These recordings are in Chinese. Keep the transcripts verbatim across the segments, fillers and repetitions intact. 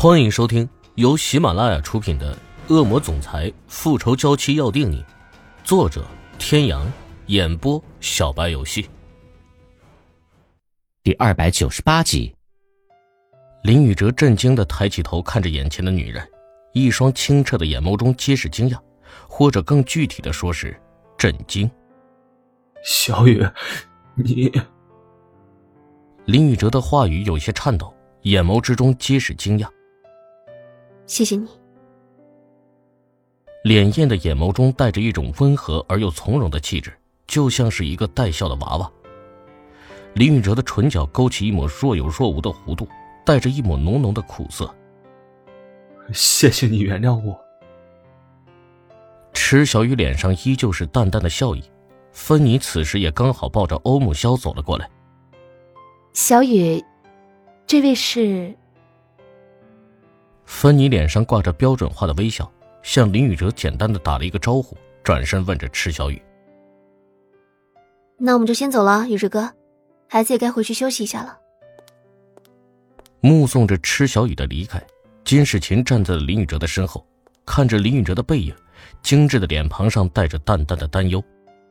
欢迎收听由喜马拉雅出品的《恶魔总裁复仇娇妻要定你》，作者天阳，演播小白游戏。 第二百九十八集。 林宇哲震惊地抬起头看着眼前的女人，一双清澈的眼眸中皆是惊讶，或者更具体的说是震惊。 小雨，你…… 林宇哲的话语有些颤抖，眼眸之中皆是惊讶。 谢谢你。 潋滟的眼眸中带着一种温和而又从容的气质，就像是一个带笑的娃娃。林宇哲的唇角勾起一抹若有若无的弧度，带着一抹浓浓的苦涩。 谢谢你原谅我。 池小雨脸上依旧是淡淡的笑意，芬妮此时也刚好抱着欧姆萧走了过来。 小雨，这位是…… 芬妮脸上挂着标准化的微笑，向林宇哲简单的打了一个招呼，转身问着池小雨。 那我们就先走了，宇哲哥，孩子也该回去休息一下了。 目送着池小雨的离开，金世琴站在了林宇哲的身后，看着林宇哲的背影，精致的脸庞上带着淡淡的担忧。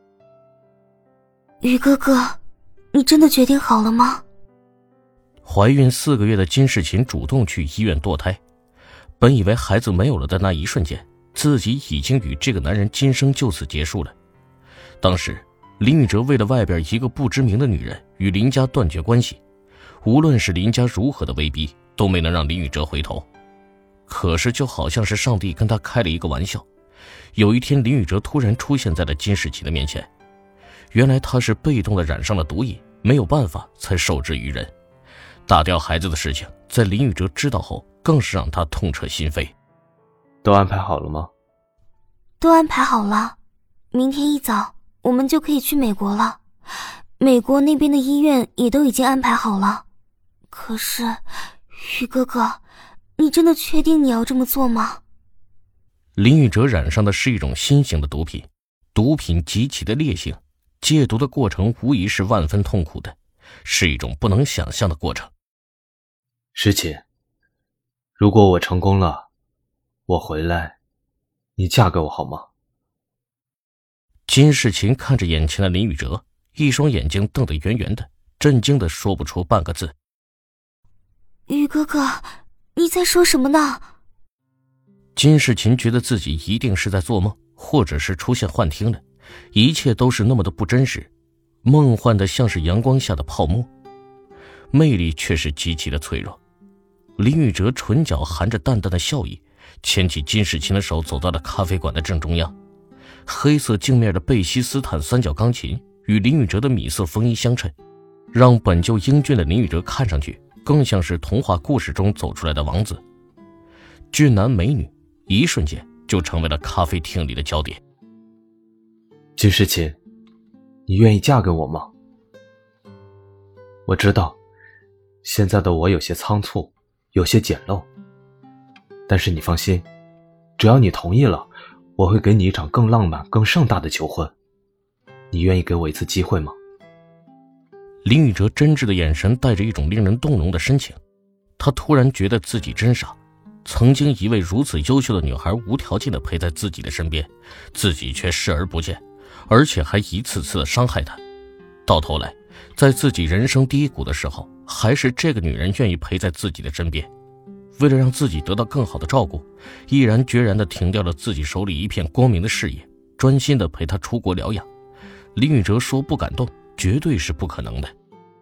宇哥哥，你真的决定好了吗？ 怀孕四个月的金世琴主动去医院堕胎，本以为孩子没有了的那一瞬间，自己已经与这个男人今生就此结束了。当时林宇哲为了外边一个不知名的女人与林家断绝关系，无论是林家如何的威逼，都没能让林宇哲回头。可是就好像是上帝跟他开了一个玩笑，有一天林宇哲突然出现在了金世琴的面前。原来他是被动的染上了毒瘾，没有办法才受制于人。打掉孩子的事情在林宇哲知道后，更是让他痛彻心扉。 都安排好了吗？ 都安排好了，明天一早我们就可以去美国了。美国那边的医院也都已经安排好了。可是宇哥哥，你真的确定你要这么做吗？ 林宇哲染上的是一种新型的毒品，毒品极其的烈性，戒毒的过程无疑是万分痛苦的，是一种不能想象的过程。 世琴，如果我成功了，我回来，你嫁给我好吗？ 金世琴看着眼前的林宇哲，一双眼睛瞪得圆圆的，震惊的说不出半个字。 宇哥哥，你在说什么呢？ 金世琴觉得自己一定是在做梦，或者是出现幻听了，一切都是那么的不真实，梦幻的像是阳光下的泡沫，魅力却是极其的脆弱。林宇哲唇角含着淡淡的笑意，牵起金世琴的手走到了咖啡馆的正中央。黑色镜面的贝希斯坦三角钢琴与林宇哲的米色风衣相衬，让本就英俊的林宇哲看上去更像是童话故事中走出来的王子。俊男美女一瞬间就成为了咖啡厅里的焦点。 金世琴，你愿意嫁给我吗？我知道现在的我有些仓促，有些简陋，但是你放心，只要你同意了，我会给你一场更浪漫更盛大的求婚。你愿意给我一次机会吗？ 林宇哲真挚的眼神带着一种令人动容的深情，他突然觉得自己真傻，曾经一位如此优秀的女孩无条件的陪在自己的身边，自己却视而不见，而且还一次次的伤害她。到头来在自己人生低谷的时候，还是这个女人愿意陪在自己的身边，为了让自己得到更好的照顾，毅然决然地停掉了自己手里一片光明的事业，专心地陪她出国疗养。林宇哲说不感动，绝对是不可能的。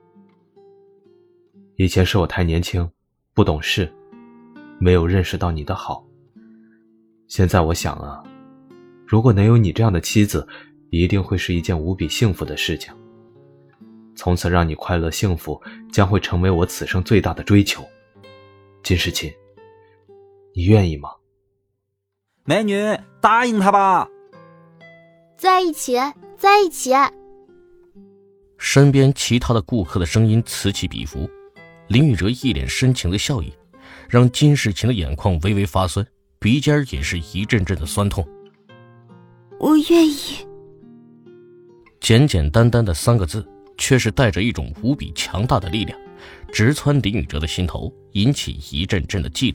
以前是我太年轻，不懂事，没有认识到你的好。现在我想啊，如果能有你这样的妻子，一定会是一件无比幸福的事情。从此让你快乐幸福，将会成为我此生最大的追求。金世琴，你愿意吗？ 美女，答应他吧。 在一起，在一起。 身边其他的顾客的声音此起彼伏，林宇哲一脸深情的笑意，让金世琴的眼眶微微发酸，鼻尖也是一阵阵的酸痛。 我愿意。 简简单单的三个字，却是带着一种无比强大的力量，直窜林宇哲的心头，引起一阵阵的悸动，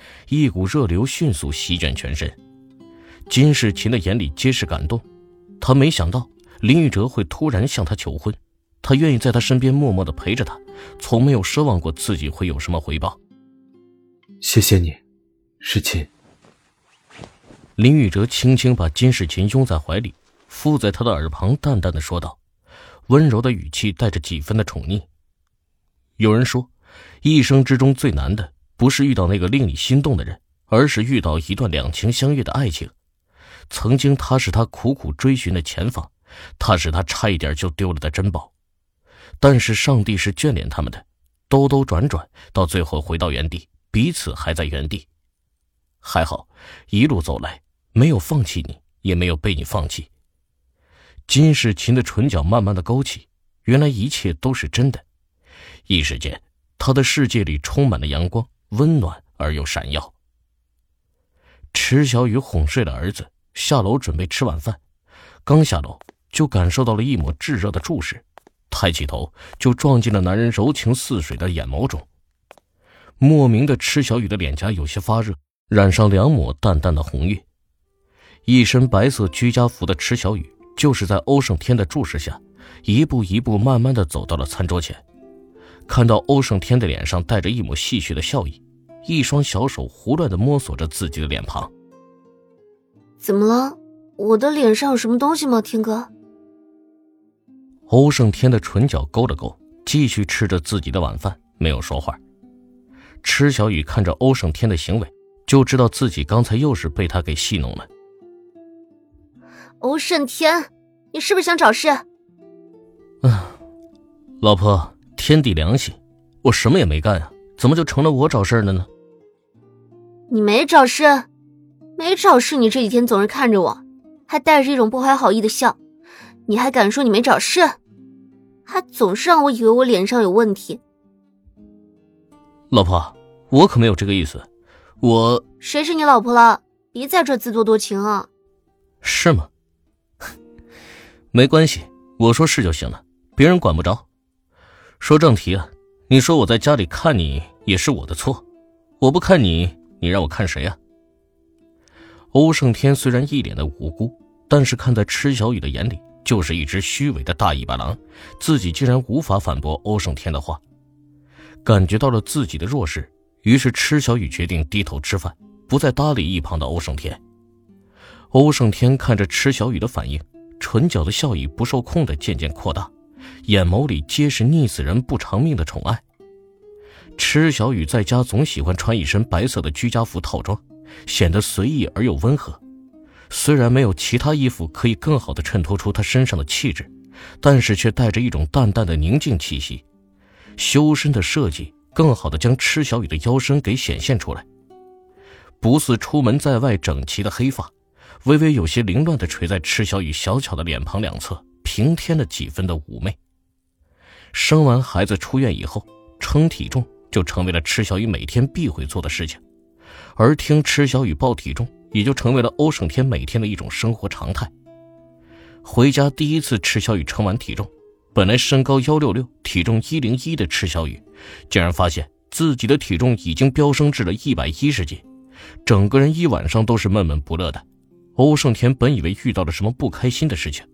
一股热流迅速席卷全身。金世琴的眼里皆是感动，他没想到林玉哲会突然向他求婚，他愿意在他身边默默地陪着他，从没有奢望过自己会有什么回报。 谢谢你，世琴。 林玉哲轻轻把金世琴拥在怀里，附在他的耳旁淡淡的说道，温柔的语气带着几分的宠溺。有人说，一生之中最难的不是遇到那个令你心动的人，而是遇到一段两情相悦的爱情。曾经他是他苦苦追寻的前方，他是他差一点就丢了的珍宝。但是上帝是眷恋他们的，兜兜转转到最后回到原地，彼此还在原地。还好一路走来没有放弃你，也没有被你放弃。金世琴的唇角慢慢的勾起，原来一切都是真的。一时间他的世界里充满了阳光，温暖而又闪耀。池小雨哄睡了儿子，下楼准备吃晚饭，刚下楼就感受到了一抹炙热的注视，抬起头就撞进了男人柔情似水的眼眸中。莫名的池小雨的脸颊有些发热，染上两抹淡淡的红晕。一身白色居家服的池小雨就是在欧胜天的注视下，一步一步慢慢地走到了餐桌前。看到欧胜天的脸上带着一抹戏谑的笑意，一双小手胡乱地摸索着自己的脸庞。 怎么了？我的脸上有什么东西吗，天哥？ 欧胜天的唇角勾了勾，继续吃着自己的晚饭，没有说话。池小雨看着欧胜天的行为，就知道自己刚才又是被他给戏弄了。 欧胜天，你是不是想找事？ 啊，老婆，天地良心，我什么也没干啊，怎么就成了我找事了呢？ 你没找事，没找事，你这几天总是看着我，还带着一种不怀好意的笑，你还敢说你没找事？还总是让我以为我脸上有问题。 老婆，我可没有这个意思，我…… 谁是你老婆了？别在这自作多情啊！ 是吗？没关系，我说是就行了，别人管不着。说正题啊，你说我在家里看你也是我的错，我不看你，你让我看谁啊？欧胜天虽然一脸的无辜，但是看在池小雨的眼里，就是一只虚伪的大尾巴狼，自己竟然无法反驳欧胜天的话。感觉到了自己的弱势，于是池小雨决定低头吃饭，不再搭理一旁的欧胜天。欧胜天看着池小雨的反应，唇角的笑意不受控地渐渐扩大，眼眸里皆是溺死人不偿命的宠爱。池小雨在家总喜欢穿一身白色的居家服套装，显得随意而又温和。虽然没有其他衣服可以更好地衬托出她身上的气质，但是却带着一种淡淡的宁静气息。修身的设计更好地将池小雨的腰身给显现出来，不似出门在外整齐的黑发，微微有些凌乱地垂在池小雨小巧的脸庞两侧，平添了几分的妩媚。生完孩子出院以后，称体重就成为了池小雨每天必会做的事情，而听池小雨报体重也就成为了欧胜天每天的一种生活常态。回家第一次池小雨称完体重，本来身高一六六体重一零一的池小雨竟然发现自己的体重已经飙升至了一百一十斤，整个人一晚上都是闷闷不乐的。欧胜天本以为遇到了什么不开心的事情。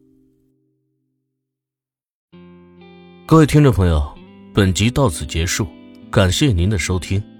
各位听众朋友，本集到此结束，感谢您的收听。